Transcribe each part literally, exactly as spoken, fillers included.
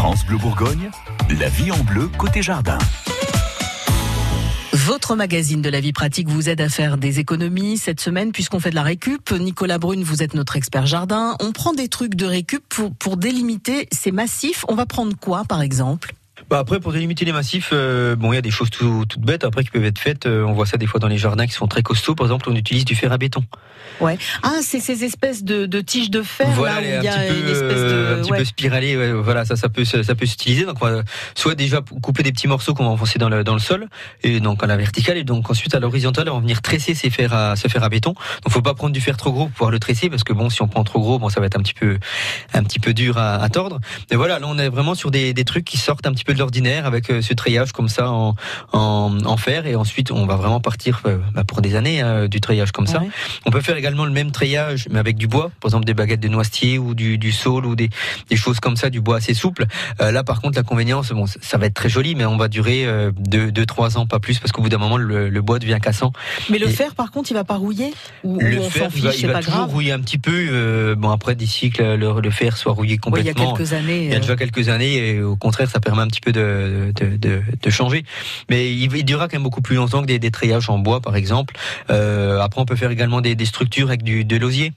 France Bleu Bourgogne, la vie en bleu côté jardin. Votre magazine de la vie pratique vous aide à faire des économies cette semaine puisqu'on fait de la récup. Nicolas Brune, vous êtes notre expert jardin. On prend des trucs de récup pour, pour délimiter ces massifs. On va prendre quoi par exemple ? Bah après, pour délimiter les massifs, euh, bon, il y a des choses tout, toutes bêtes après qui peuvent être faites. Euh, on voit ça des fois dans les jardins qui sont très costauds. Par exemple, on utilise du fer à béton. Ouais. Ah, c'est ces espèces de, de tiges de fer voilà, là où il y a un petit peu, une espèce de, un petit ouais. peu spiralé. Ouais, voilà, ça, ça peut, ça, ça peut s'utiliser. Donc, on va soit déjà couper des petits morceaux qu'on va enfoncer dans le, dans le sol, et donc à la verticale, et donc ensuite à l'horizontale, on va venir tresser ces fers à, ce fer à béton. Donc, faut pas prendre du fer trop gros pour pouvoir le tresser, parce que bon, si on prend trop gros, bon, ça va être un petit peu, un petit peu dur à, à tordre. Mais voilà, là, on est vraiment sur des, des trucs qui sortent un petit peu de l'ordinaire avec ce treillage comme ça en, en, en fer, et ensuite on va vraiment partir euh, bah, pour des années hein, du treillage comme ça. Ouais. On peut faire également le même treillage mais avec du bois, par exemple des baguettes de noisetier ou du, du saule ou des, des choses comme ça, du bois assez souple. Euh, là par contre l'inconvénient, c'est bon, ça va être très joli mais on va durer euh, deux trois ans, pas plus, parce qu'au bout d'un moment le, le bois devient cassant. Mais le et fer par contre il va pas rouiller ou, le ou on fer s'en fiche, il va, c'est il va pas toujours grave. rouiller un petit peu. Euh, bon après d'ici que le, le, le fer soit rouillé complètement. Oui, il y a quelques années. Il y a déjà quelques années et au contraire ça permet un petit peu de, de, de, de changer. Mais il, il durera quand même beaucoup plus longtemps que des, des treillages en bois par exemple. Euh, après on peut faire également des, des structures avec du, de l'osier.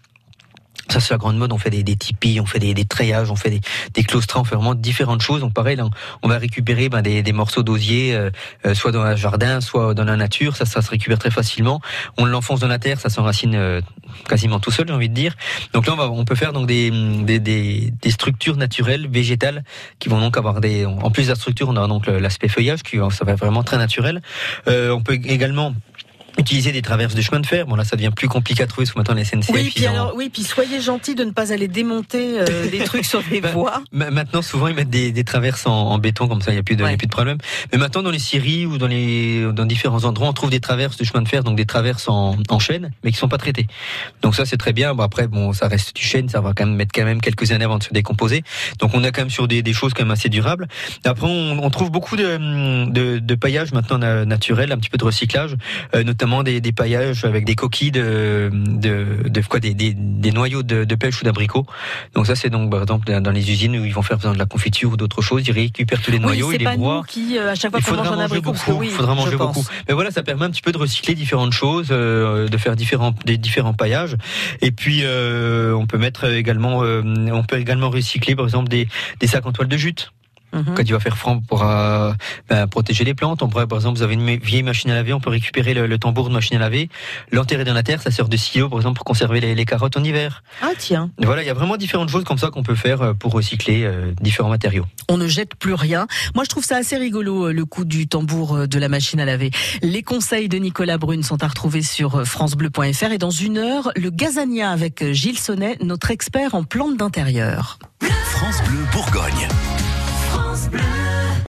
Ça c'est la grande mode, on fait des, des tipis, on fait des, des treillages, on fait des, des claustras, on fait vraiment différentes choses. Donc pareil, là, on va récupérer ben, des, des morceaux d'osier, euh, soit dans un jardin, soit dans la nature, ça, ça se récupère très facilement. On l'enfonce dans la terre, ça s'enracine euh, quasiment tout seul, j'ai envie de dire. Donc là, on, va, on peut faire donc des, des, des, des structures naturelles, végétales, qui vont donc avoir des... En plus de la structure, on aura donc l'aspect feuillage, qui ça va être vraiment très naturel. Euh, on peut également utiliser des traverses de chemin de fer. Bon là ça devient plus compliqué à trouver parce que maintenant la S N C F. Oui, puis en... alors oui, puis soyez gentils de ne pas aller démonter euh, des trucs sur les voies. Maintenant souvent ils mettent des, des traverses en, en béton comme ça, il y a plus de, ouais. y a plus de problème. Mais maintenant dans les scieries ou dans les dans différents endroits on trouve des traverses de chemin de fer, donc des traverses en, en chêne, mais qui sont pas traitées. Donc ça c'est très bien. Bon après bon ça reste du chêne, ça va quand même mettre quand même quelques années avant de se décomposer. Donc on a quand même sur des, des choses quand même assez durables. Après on, on trouve beaucoup de, de, de paillage maintenant naturel, un petit peu de recyclage, euh, notamment Des, des paillages avec des coquilles de, de, de quoi, des, des, des noyaux de, de pêche ou d'abricots. Donc ça c'est donc par exemple dans les usines où ils vont faire par exemple de la confiture ou d'autres choses, ils récupèrent tous les noyaux, oui, ils les broient. Qui à chaque fois il qu'on mange un abricot, beaucoup, oui, il faudra manger beaucoup. Pense. Mais voilà, ça permet un petit peu de recycler différentes choses, euh, de faire différents des différents paillages. Et puis euh, on peut mettre également, euh, on peut également recycler par exemple des, des sacs en toile de jute. Mmh. Quand il va faire froid pour euh, ben, protéger les plantes, on pourrait par exemple, vous avez une vieille machine à laver, on peut récupérer le, le tambour de machine à laver, l'enterrer dans la terre, ça sert de silo par exemple pour conserver les, les carottes en hiver. Ah tiens. Voilà, il y a vraiment différentes choses comme ça qu'on peut faire pour recycler euh, différents matériaux. On ne jette plus rien. Moi je trouve ça assez rigolo le coup du tambour de la machine à laver. Les conseils de Nicolas Brune sont à retrouver sur francebleu point f r et dans une heure, le gazania avec Gilles Sonnet, notre expert en plantes d'intérieur. France Bleu Bourgogne. France Bleu.